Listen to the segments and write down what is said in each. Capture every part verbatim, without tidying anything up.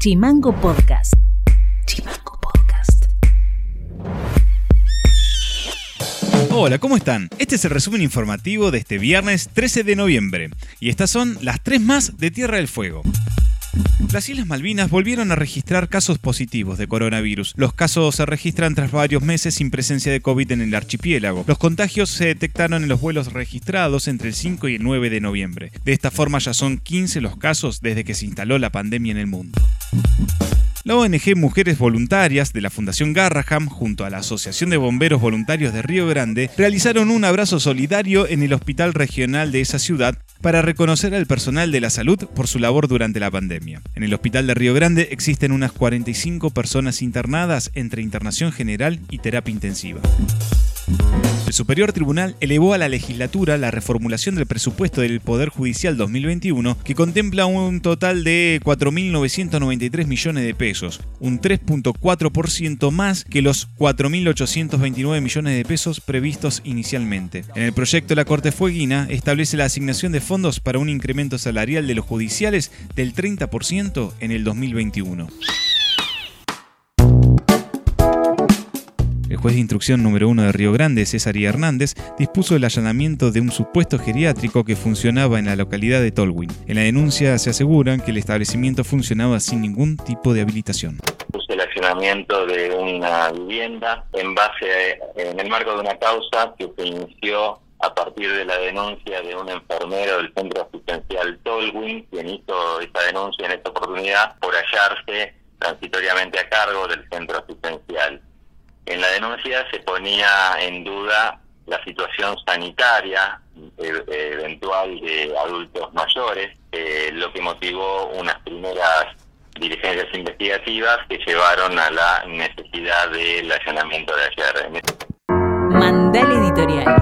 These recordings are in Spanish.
Chimango Podcast. Chimango Podcast. Hola, ¿cómo están? Este es el resumen informativo de este viernes trece de noviembre. Y estas son las tres más de Tierra del Fuego. Las Islas Malvinas volvieron a registrar casos positivos de coronavirus. Los casos se registran tras varios meses sin presencia de COVID en el archipiélago. Los contagios se detectaron en los vuelos registrados entre el cinco y el nueve de noviembre. De esta forma ya son quince los casos desde que se instaló la pandemia en el mundo. La O N G Mujeres Voluntarias de la Fundación Garraham, junto a la Asociación de Bomberos Voluntarios de Río Grande, realizaron un abrazo solidario en el hospital regional de esa ciudad para reconocer al personal de la salud por su labor durante la pandemia. En el hospital de Río Grande existen unas cuarenta y cinco personas internadas entre internación general y terapia intensiva. El Superior Tribunal elevó a la legislatura la reformulación del presupuesto del Poder Judicial dos mil veintiuno, que contempla un total de cuatro mil novecientos noventa y tres millones de pesos, un tres punto cuatro por ciento más que los cuatro mil ochocientos veintinueve millones de pesos previstos inicialmente. En el proyecto, la Corte Fueguina establece la asignación de fondos para un incremento salarial de los judiciales del treinta por ciento en el dos mil veintiuno. El juez de instrucción número uno de Río Grande, César I. Hernández, dispuso el allanamiento de un supuesto geriátrico que funcionaba en la localidad de Tolwyn. En la denuncia se aseguran que el establecimiento funcionaba sin ningún tipo de habilitación. El allanamiento de una vivienda en base a, en el marco de una causa que se inició a partir de la denuncia de un enfermero del centro asistencial Tolwyn, quien hizo esta denuncia en esta oportunidad por hallarse transitoriamente a cargo del centro asistencial. En la denuncia se ponía en duda la situación sanitaria eh, eventual de adultos mayores, eh, lo que motivó unas primeras diligencias investigativas que llevaron a la necesidad del allanamiento de ayer. Mandal Editorial.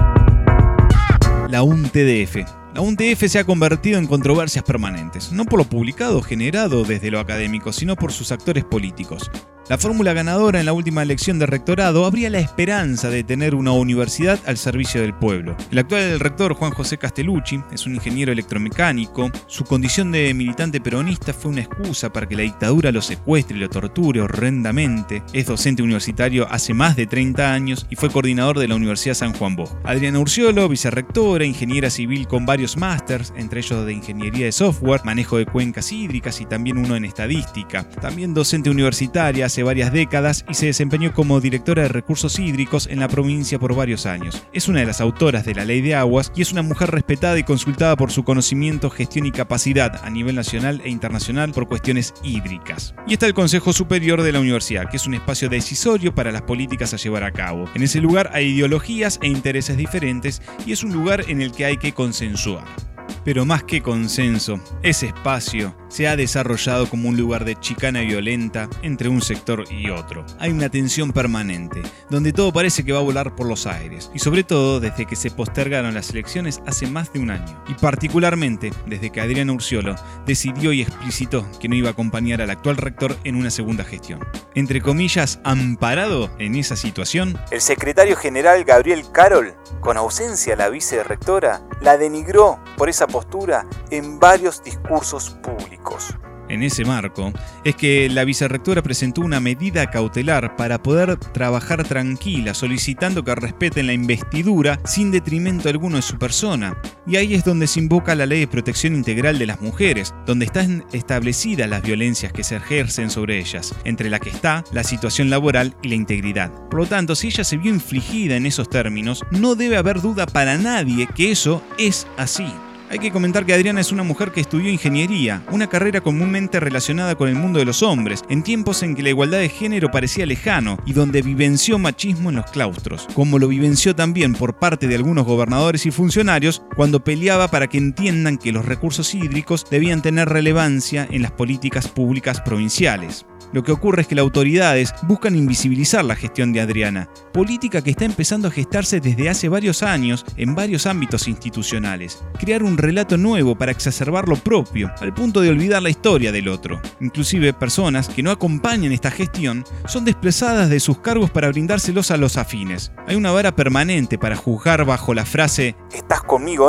La U N T D F. La U N T F se ha convertido en controversias permanentes, no por lo publicado o generado desde lo académico, sino por sus actores políticos. La fórmula ganadora en la última elección de rectorado abría la esperanza de tener una universidad al servicio del pueblo. El actual rector, Juan José Castellucci, es un ingeniero electromecánico. Su condición de militante peronista fue una excusa para que la dictadura lo secuestre y lo torture horrendamente. Es docente universitario hace más de treinta años y fue coordinador de la Universidad San Juan Bosco. Adriana Urciolo, vicerrectora, ingeniera civil con varios másters, entre ellos de ingeniería de software, manejo de cuencas hídricas y también uno en estadística. También docente universitaria hace varias décadas y se desempeñó como directora de recursos hídricos en la provincia por varios años. Es una de las autoras de la Ley de Aguas y es una mujer respetada y consultada por su conocimiento, gestión y capacidad a nivel nacional e internacional por cuestiones hídricas. Y está el Consejo Superior de la Universidad, que es un espacio decisorio para las políticas a llevar a cabo. En ese lugar hay ideologías e intereses diferentes y es un lugar en el que hay que consensuar. Pero más que consenso, ese espacio se ha desarrollado como un lugar de chicana violenta entre un sector y otro. Hay una tensión permanente, donde todo parece que va a volar por los aires, y sobre todo desde que se postergaron las elecciones hace más de un año, y particularmente desde que Adriana Urciolo decidió y explicitó que no iba a acompañar al actual rector en una segunda gestión. Entre comillas, amparado en esa situación, el secretario general Gabriel Carol, con ausencia la vicerrectora, la denigró por esa postura en varios discursos públicos. En ese marco, es que la vicerrectora presentó una medida cautelar para poder trabajar tranquila, solicitando que respeten la investidura sin detrimento alguno de su persona. Y ahí es donde se invoca la Ley de Protección Integral de las Mujeres, donde están establecidas las violencias que se ejercen sobre ellas, entre la que está la situación laboral y la integridad. Por lo tanto, si ella se vio infligida en esos términos, no debe haber duda para nadie que eso es así. Hay que comentar que Adriana es una mujer que estudió ingeniería, una carrera comúnmente relacionada con el mundo de los hombres, en tiempos en que la igualdad de género parecía lejano y donde vivenció machismo en los claustros, como lo vivenció también por parte de algunos gobernadores y funcionarios cuando peleaba para que entiendan que los recursos hídricos debían tener relevancia en las políticas públicas provinciales. Lo que ocurre es que las autoridades buscan invisibilizar la gestión de Adriana, política que está empezando a gestarse desde hace varios años en varios ámbitos institucionales. Crear un relato nuevo para exacerbar lo propio, al punto de olvidar la historia del otro. Inclusive personas que no acompañan esta gestión son desplazadas de sus cargos para brindárselos a los afines. Hay una vara permanente para juzgar bajo la frase ¿estás conmigo o no?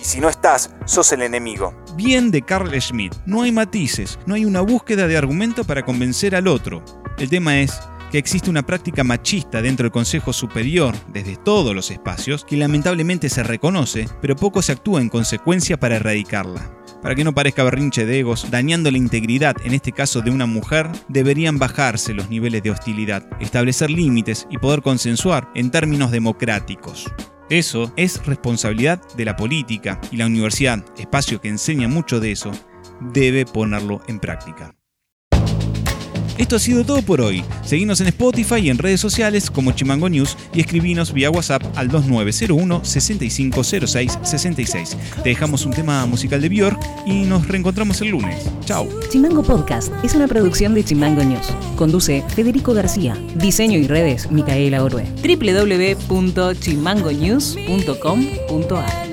Y si no estás, sos el enemigo. Bien de Carl Schmitt. No hay matices, no hay una búsqueda de argumento para convencer al otro. El tema es que existe una práctica machista dentro del Consejo Superior, desde todos los espacios, que lamentablemente se reconoce, pero poco se actúa en consecuencia para erradicarla. Para que no parezca berrinche de egos, dañando la integridad, en este caso de una mujer, deberían bajarse los niveles de hostilidad, establecer límites y poder consensuar en términos democráticos. Eso es responsabilidad de la política y la universidad, espacio que enseña mucho de eso, debe ponerlo en práctica. Esto ha sido todo por hoy. Seguinos en Spotify y en redes sociales como Chimango News y escribinos vía WhatsApp al dos nueve cero uno, seis cinco cero seis, seis seis. Te dejamos un tema musical de Björk y nos reencontramos el lunes. Chao. Chimango Podcast es una producción de Chimango News. Conduce Federico García. Diseño y redes Micaela Orue. doble u doble u doble u punto chimango news punto com punto a r